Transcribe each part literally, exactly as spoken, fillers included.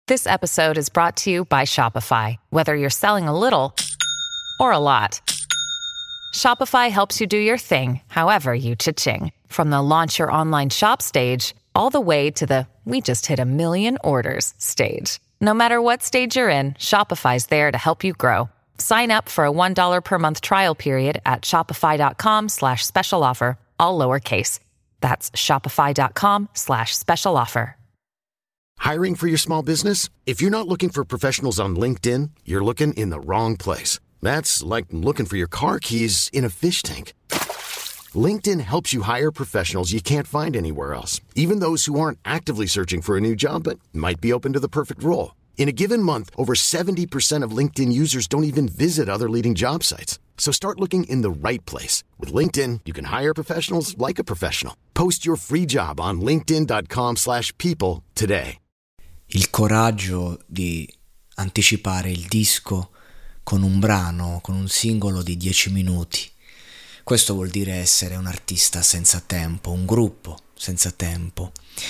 This episode is brought to you by Shopify. Whether you're selling a little or a lot, Shopify helps you do your thing, however you cha-ching. From the launch your online shop stage, all the way to the we just hit a million orders stage. No matter what stage you're in, Shopify's there to help you grow. Sign up for a one dollar per month trial period at shopify.com slash special offer, all lowercase. That's shopify.com slash special offer. Hiring for your small business? If you're not looking for professionals on LinkedIn, you're looking in the wrong place. That's like looking for your car keys in a fish tank. LinkedIn helps you hire professionals you can't find anywhere else, even those who aren't actively searching for a new job but might be open to the perfect role. In a given month, over seventy percent of LinkedIn users don't even visit other leading job sites. So start looking in the right place. With LinkedIn, you can hire professionals like a professional. Post your free job on linkedin.com slash people today. Il coraggio di anticipare il disco con un brano, con un singolo di dieci minuti. Questo vuol dire essere un artista senza tempo, un gruppo senza tempo.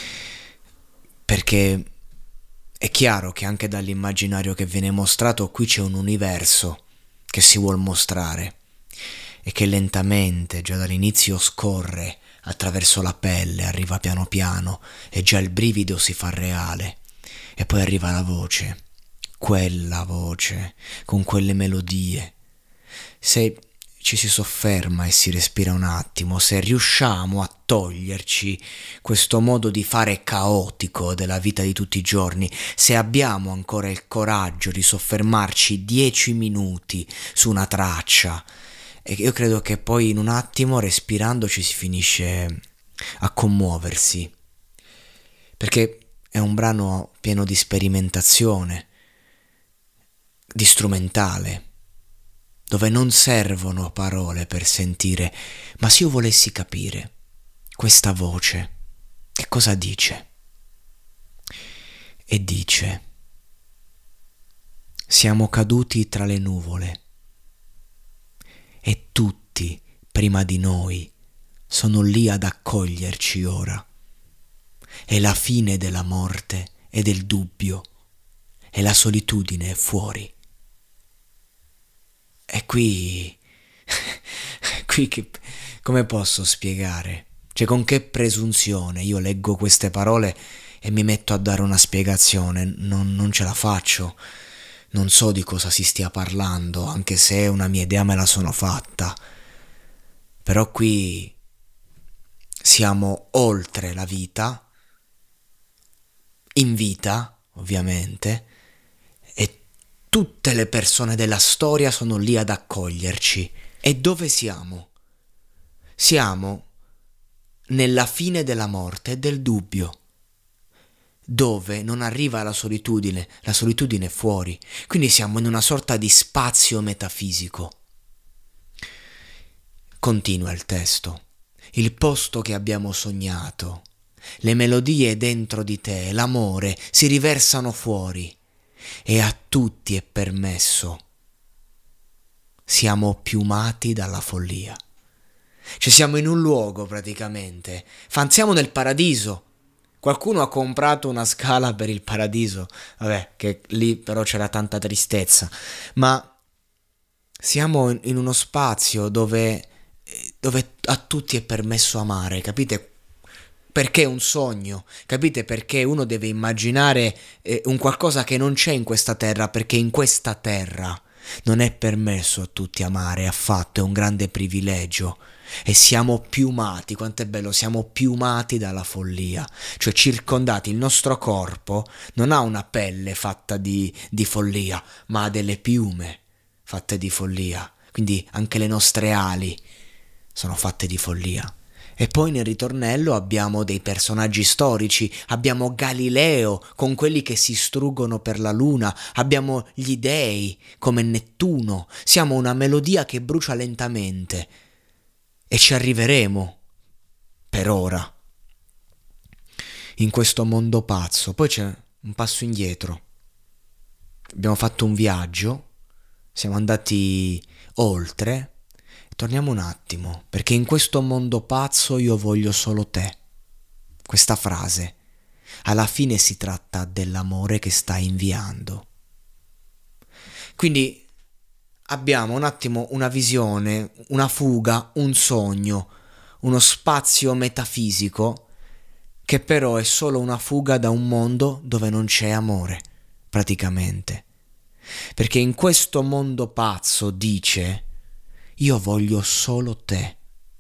Perché è chiaro che anche dall'immaginario che viene mostrato qui c'è un universo che si vuol mostrare e che lentamente, già dall'inizio, scorre attraverso la pelle, arriva piano piano e già il brivido si fa reale. E poi arriva la voce, quella voce, con quelle melodie. Se ci si sofferma e si respira un attimo, se riusciamo a toglierci questo modo di fare caotico della vita di tutti i giorni, se abbiamo ancora il coraggio di soffermarci dieci minuti su una traccia, e io credo che poi in un attimo, respirando, ci si finisce a commuoversi, perché è un brano pieno di sperimentazione, di strumentale, dove non servono parole per sentire, ma se io volessi capire questa voce, che cosa dice? E dice: siamo caduti tra le nuvole e tutti prima di noi sono lì ad accoglierci ora. È la fine della morte e del dubbio, e la solitudine è fuori. E qui, qui che, come posso spiegare? Cioè, con che presunzione io leggo queste parole e mi metto a dare una spiegazione? Non, non ce la faccio. Non so di cosa si stia parlando, anche se una mia idea me la sono fatta. Però qui siamo oltre la vita, in vita, ovviamente, e tutte le persone della storia sono lì ad accoglierci. E dove siamo? Siamo nella fine della morte e del dubbio, dove non arriva la solitudine, la solitudine è fuori. Quindi siamo in una sorta di spazio metafisico. Continua il testo. Il posto che abbiamo sognato, le melodie dentro di te, l'amore si riversano fuori e a tutti è permesso. Siamo piumati dalla follia. Cioè siamo in un luogo praticamente. Siamo nel paradiso. Qualcuno ha comprato una scala per il paradiso. Vabbè, che lì però c'era tanta tristezza. Ma siamo in uno spazio dove, dove a tutti è permesso amare, capite? Perché è un sogno, capite? Perché uno deve immaginare eh, un qualcosa che non c'è in questa terra, perché in questa terra non è permesso a tutti amare affatto, è un grande privilegio. E siamo piumati, quanto è bello, siamo piumati dalla follia, cioè circondati. Il nostro corpo non ha una pelle fatta di, di follia, ma ha delle piume fatte di follia, quindi anche le nostre ali sono fatte di follia. E poi nel ritornello abbiamo dei personaggi storici, abbiamo Galileo con quelli che si struggono per la luna, abbiamo gli dei come Nettuno, siamo una melodia che brucia lentamente e ci arriveremo per ora in questo mondo pazzo. Poi c'è un passo indietro, abbiamo fatto un viaggio, siamo andati oltre. Torniamo un attimo, perché in questo mondo pazzo io voglio solo te. Questa frase, Alla fine si tratta dell'amore che stai inviando. Quindi abbiamo un attimo una visione, una fuga, un sogno, uno spazio metafisico che però è solo una fuga da un mondo dove non c'è amore, praticamente. Perché in questo mondo pazzo dice: io voglio solo te.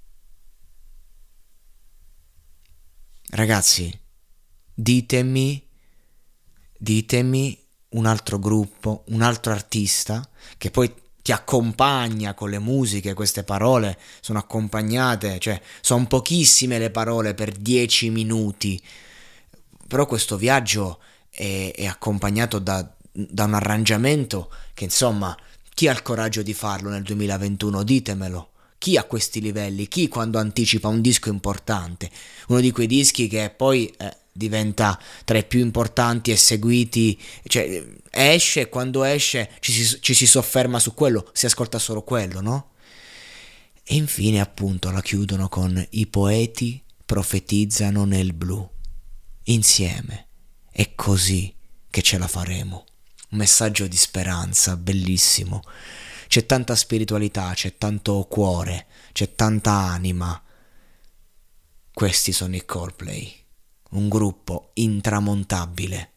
Ragazzi, ditemi, ditemi un altro gruppo, un altro artista che poi ti accompagna con le musiche. Queste parole sono accompagnate, cioè sono pochissime le parole per dieci minuti, però questo viaggio è, è accompagnato da, da un arrangiamento che, insomma, chi ha il coraggio di farlo nel duemilaventuno? Ditemelo. Chi ha questi livelli? Chi quando anticipa un disco importante? Uno di quei dischi che poi eh, diventa tra i più importanti e seguiti, cioè esce e quando esce ci si, ci si sofferma su quello, si ascolta solo quello, no? E infine appunto la chiudono con: i poeti profetizzano nel blu. Insieme. È così che ce la faremo. Un messaggio di speranza bellissimo. C'è tanta spiritualità, c'è tanto cuore, c'è tanta anima. Questi sono i Coldplay, un gruppo intramontabile.